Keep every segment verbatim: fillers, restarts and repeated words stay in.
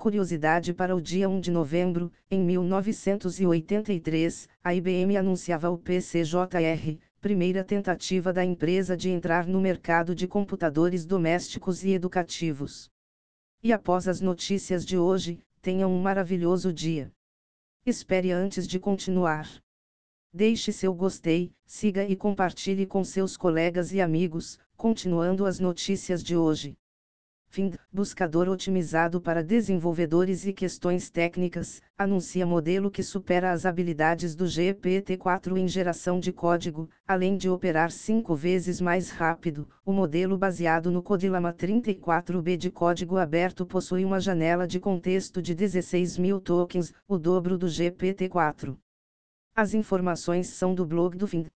Curiosidade para o dia um de novembro, em mil novecentos e oitenta e três, a I B M anunciava o P C J R, primeira tentativa da empresa de entrar no mercado de computadores domésticos e educativos. E após as notícias de hoje, tenha um maravilhoso dia. Espere antes de continuar. Deixe seu gostei, siga e compartilhe com seus colegas e amigos, continuando as notícias de hoje. Fim. Buscador otimizado para desenvolvedores e questões técnicas, anuncia modelo que supera as habilidades do G P T quatro em geração de código, além de operar cinco vezes mais rápido. O modelo baseado no Codilama trinta e quatro B de código aberto possui uma janela de contexto de dezesseis mil tokens, o dobro do G P T quatro. As informações são do blog do Fim.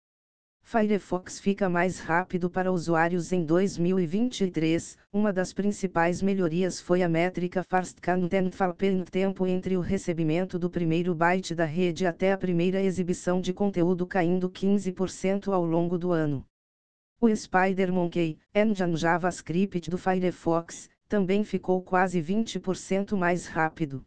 Firefox fica mais rápido para usuários em dois mil e vinte e três. Uma das principais melhorias foi a métrica Fast Content tempo entre o recebimento do primeiro byte da rede até a primeira exibição de conteúdo caindo quinze por cento ao longo do ano. O SpiderMonkey, engine JavaScript do Firefox, também ficou quase vinte por cento mais rápido.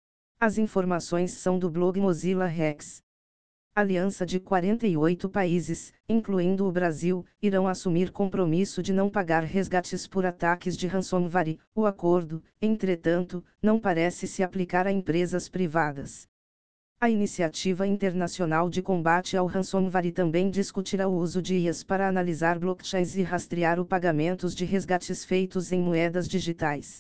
As informações são do blog Mozilla Rex. Aliança de quarenta e oito países, incluindo o Brasil, irão assumir compromisso de não pagar resgates por ataques de ransomware. O acordo, entretanto, não parece se aplicar a empresas privadas. A Iniciativa Internacional de Combate ao Ransomware também discutirá o uso de I As para analisar blockchains e rastrear os pagamentos de resgates feitos em moedas digitais.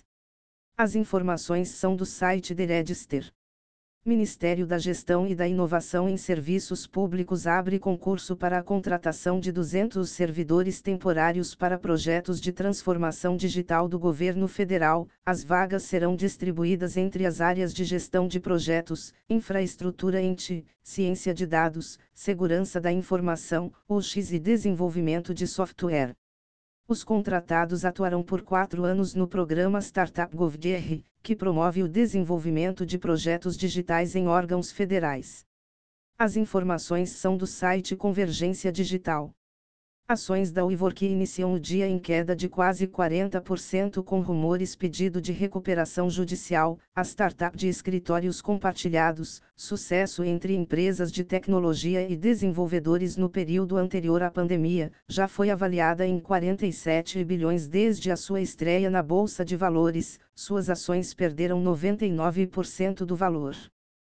As informações são do site The Register. Ministério da Gestão e da Inovação em Serviços Públicos abre concurso para a contratação de duzentos servidores temporários para projetos de transformação digital do governo federal. As vagas serão distribuídas entre as áreas de gestão de projetos, infraestrutura em T I, ciência de dados, segurança da informação, U X e desenvolvimento de software. Os contratados atuarão por quatro anos no programa Startup GovDR, que promove o desenvolvimento de projetos digitais em órgãos federais. As informações são do site Convergência Digital. Ações da WeWork iniciam o dia em queda de quase quarenta por cento com rumores pedido de recuperação judicial. A startup de escritórios compartilhados, sucesso entre empresas de tecnologia e desenvolvedores no período anterior à pandemia, já foi avaliada em quarenta e sete bilhões desde a sua estreia na Bolsa de Valores. Suas ações perderam noventa e nove por cento do valor.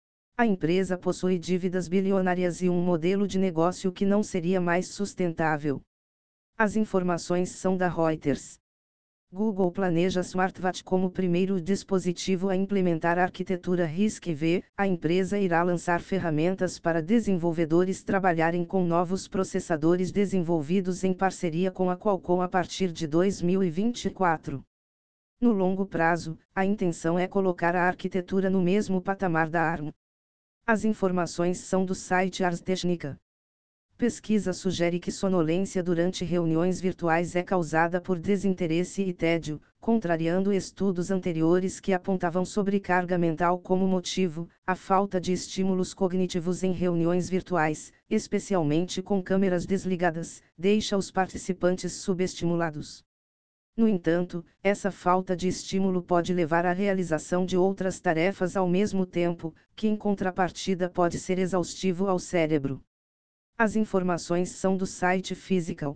A empresa possui dívidas bilionárias e um modelo de negócio que não seria mais sustentável. As informações são da Reuters. Google planeja SmartWatch como primeiro dispositivo a implementar a arquitetura RISC-V. A empresa irá lançar ferramentas para desenvolvedores trabalharem com novos processadores desenvolvidos em parceria com a Qualcomm a partir de dois mil e vinte e quatro. No longo prazo, a intenção é colocar a arquitetura no mesmo patamar da ARM. As informações são do site Ars Technica. Pesquisa sugere que sonolência durante reuniões virtuais é causada por desinteresse e tédio, contrariando estudos anteriores que apontavam sobrecarga mental como motivo. A falta de estímulos cognitivos em reuniões virtuais, especialmente com câmeras desligadas, deixa os participantes subestimulados. No entanto, essa falta de estímulo pode levar à realização de outras tarefas ao mesmo tempo, que em contrapartida pode ser exaustivo ao cérebro. As informações são do site Physical.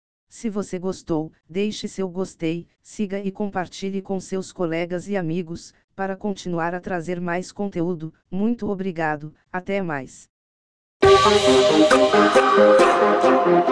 Se você gostou, deixe seu gostei, siga e compartilhe com seus colegas e amigos, para continuar a trazer mais conteúdo. Muito obrigado, até mais.